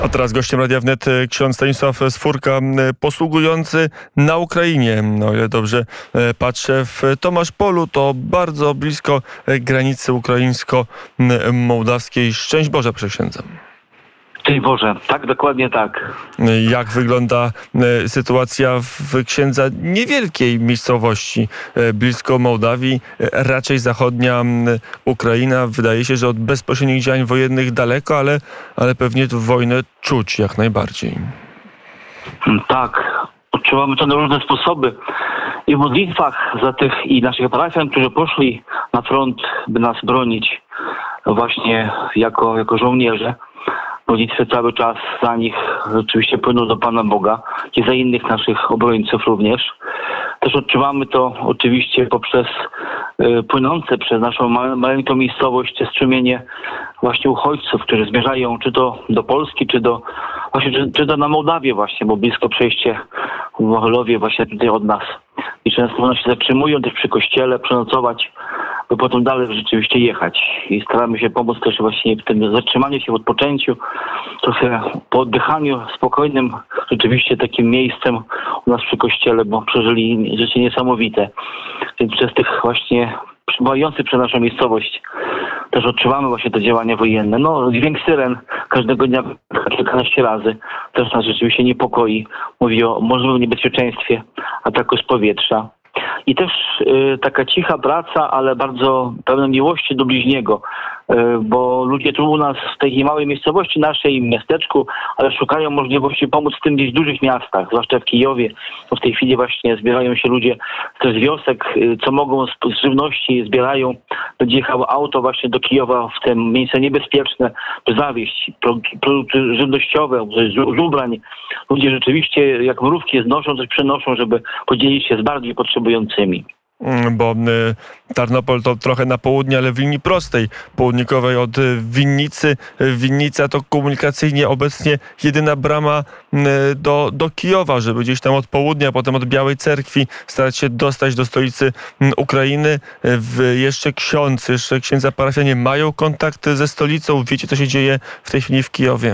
A teraz gościem Radia Wnet ksiądz Stanisław Sfórka, posługujący na Ukrainie. O ile dobrze patrzę, w Tomaszpolu, to bardzo blisko granicy ukraińsko-mołdawskiej. Szczęść Boże, księdza. Szczęść Boże, tak, dokładnie tak. Jak wygląda sytuacja w księdza niewielkiej miejscowości blisko Mołdawii, raczej zachodnia Ukraina? Wydaje się, że od bezpośrednich działań wojennych daleko, ale pewnie tu wojnę czuć jak najbardziej. Tak, odczuwamy to na różne sposoby. I w modlitwach za tych i naszych parafian, którzy poszli na front, by nas bronić właśnie jako żołnierze. Modlitwy cały czas za nich oczywiście płyną do Pana Boga i za innych naszych obrońców również. Też odczuwamy to oczywiście poprzez płynące przez naszą maleńką miejscowość strumienie właśnie uchodźców, którzy zmierzają czy to do Polski, czy to na Mołdawię właśnie, bo blisko przejście w Mohylowie właśnie tutaj od nas. I często one się zatrzymują też przy kościele, przenocować, by potem dalej rzeczywiście jechać. I staramy się pomóc też właśnie w tym zatrzymaniu się, w odpoczęciu, trochę po oddychaniu spokojnym, rzeczywiście takim miejscem u nas przy kościele, bo przeżyli życie niesamowite. Więc przez tych właśnie przybywających przez naszą miejscowość też odczuwamy właśnie te działania wojenne. No, dźwięk syren każdego dnia kilkanaście razy też nas rzeczywiście niepokoi. Mówi o możliwym niebezpieczeństwie ataku z powietrza. I też taka cicha praca, ale bardzo pełna miłości do bliźniego, bo ludzie tu u nas w tej małej miejscowości naszej, miasteczku, ale szukają możliwości pomóc w tym gdzieś dużych miastach, zwłaszcza w Kijowie, bo w tej chwili właśnie zbierają się ludzie też z wiosek, co mogą z żywności zbierają. Będzie jechało auto właśnie do Kijowa w te miejsce niebezpieczne, by zawieźć produkty żywnościowe, z ubrań. Ludzie rzeczywiście jak mrówki znoszą, coś przenoszą, żeby podzielić się z bardziej potrzebującymi. Bo Tarnopol to trochę na południe, ale w linii prostej, południkowej od Winnicy. Winnica to komunikacyjnie obecnie jedyna brama do Kijowa, żeby gdzieś tam od południa, potem od Białej Cerkwi starać się dostać do stolicy Ukrainy. Jeszcze księdza parafianie mają kontakt ze stolicą? Wiecie, co się dzieje w tej chwili w Kijowie?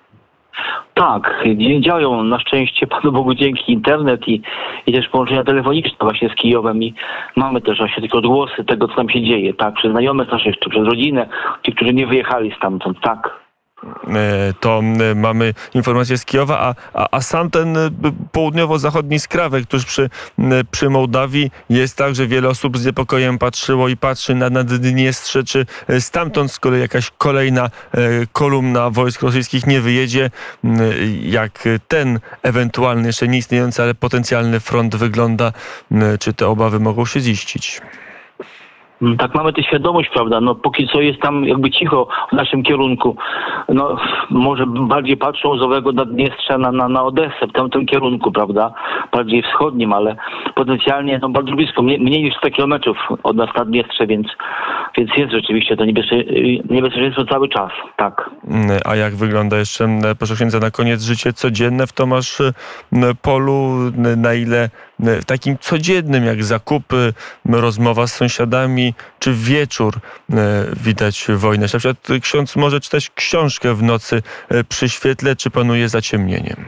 Tak, działają na szczęście, Panu Bogu dzięki, internet i też połączenia telefoniczne właśnie z Kijowem i mamy też właśnie takie odgłosy tego, co tam się dzieje, tak, przez znajomych naszych, czy przez rodzinę, ci, którzy nie wyjechali stamtąd, tak. To mamy informację z Kijowa, a sam ten południowo-zachodni skrawek tuż przy Mołdawii jest tak, że wiele osób z niepokojem patrzyło i patrzy na Naddniestrze, czy stamtąd z kolei jakaś kolejna kolumna wojsk rosyjskich nie wyjedzie, jak ten ewentualny, jeszcze nie istniejący, ale potencjalny front wygląda, czy te obawy mogą się ziścić? Tak, mamy tę świadomość, prawda, no póki co jest tam jakby cicho w naszym kierunku, no może bardziej patrzą z owego Naddniestrza na Odessę, w tamtym kierunku, prawda, bardziej wschodnim, ale potencjalnie no bardzo blisko, mniej niż 100 kilometrów od nas Naddniestrze, więc jest rzeczywiście to niebezpieczeństwo cały czas, tak. A jak wygląda jeszcze, proszę księdza, na koniec życie codzienne w Tomaszpolu, na ile w takim codziennym, jak zakupy, rozmowa z sąsiadami, czy wieczór widać wojnę? Na przykład ksiądz może czytać książkę w nocy przy świetle, czy panuje zaciemnienie?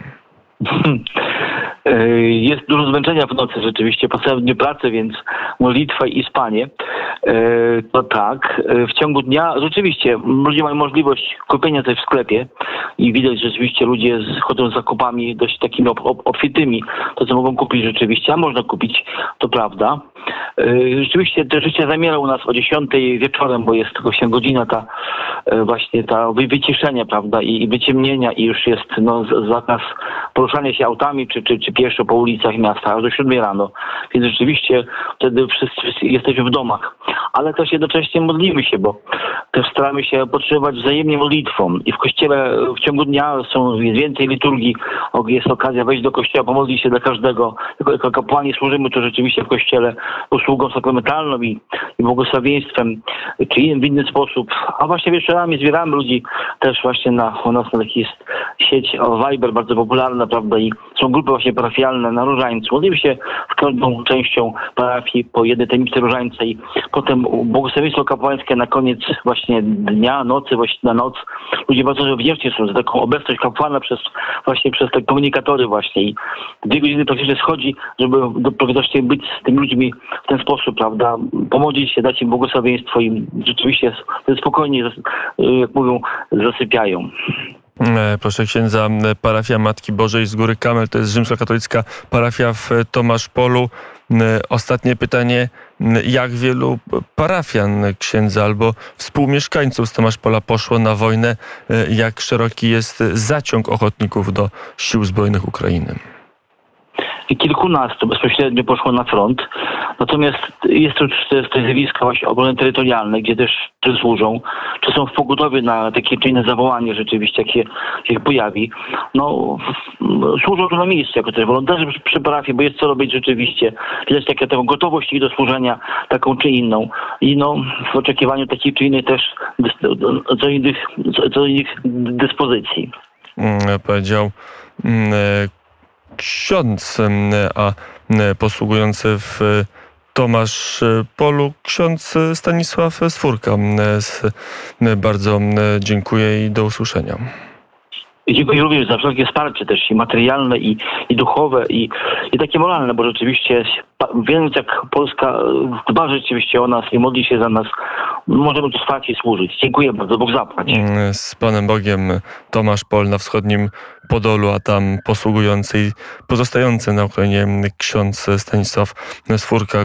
Jest dużo zmęczenia w nocy rzeczywiście, po całym dniu pracy, więc modlitwa i spanie. To tak. W ciągu dnia rzeczywiście ludzie mają możliwość kupienia coś w sklepie i widać, że rzeczywiście ludzie chodzą z zakupami dość takimi obfitymi. To, co mogą kupić rzeczywiście, a można kupić, to prawda. Rzeczywiście to życie zamiera u nas o 10 wieczorem, bo jest tylko się godzina ta wyciszenia, prawda, i wyciemnienia i już jest zakaz poruszania się autami czy pieszo po ulicach miasta, aż do 7 rano. Więc rzeczywiście wtedy wszyscy jesteśmy w domach. Ale też jednocześnie modlimy się, bo też staramy się podtrzymywać wzajemnie modlitwą. I w kościele w ciągu dnia jest więcej liturgii, jest okazja wejść do kościoła, pomodlić się dla każdego. Jako kapłani służymy tu rzeczywiście w kościele usługą sakramentalną i błogosławieństwem, czy w inny sposób. A właśnie wieczorami zbieramy ludzi też właśnie u nas na taki jest sieć Viber bardzo popularna, prawda, i są grupy właśnie parafialne, parafialne na różańcu. Modlimy się z każdą częścią parafii po jednej tajemnicy różańca i potem błogosławieństwo kapłańskie na koniec właśnie dnia, nocy, właśnie na noc. Ludzie bardzo wdzięczni są za taką obecność kapłana przez te komunikatory właśnie i 2 godziny praktycznie schodzi, żeby właśnie być z tymi ludźmi w ten sposób, prawda, pomodlić się, dać im błogosławieństwo i rzeczywiście spokojnie, jak mówią, zasypiają. Proszę księdza, parafia Matki Bożej z Góry Kamel to jest rzymskokatolicka parafia w Tomaszpolu. Ostatnie pytanie, jak wielu parafian księdza albo współmieszkańców z Tomaszpola poszło na wojnę? Jak szeroki jest zaciąg ochotników do sił zbrojnych Ukrainy? Kilkunastu bezpośrednio poszło na front. Natomiast jest to zjawisko właśnie obrony terytorialnej, gdzie też służą, czy są w pogotowie na takie czy inne zawołanie rzeczywiście, jak się pojawi. No, służą tu na miejscu, jako też wolonterzy przy parafii, bo jest co robić rzeczywiście. Widać taką gotowość ich do służenia, taką czy inną. I no, w oczekiwaniu takiej czy innej też co innych dyspozycji. Powiedział ksiądz, a posługujący w Tomaszpolu ksiądz Stanisław Sfórka. Bardzo dziękuję i do usłyszenia. Dziękuję również za wszelkie wsparcie też i materialne, i duchowe, i takie moralne, bo rzeczywiście wiedząc jak Polska dba rzeczywiście o nas i modli się za nas, możemy tu trwać i służyć. Dziękuję bardzo, Bóg zapłać. Z Panem Bogiem Tomaszpol na wschodnim Podolu, a tam posługujący i pozostający na Ukrainie ksiądz Stanisław Sfórka.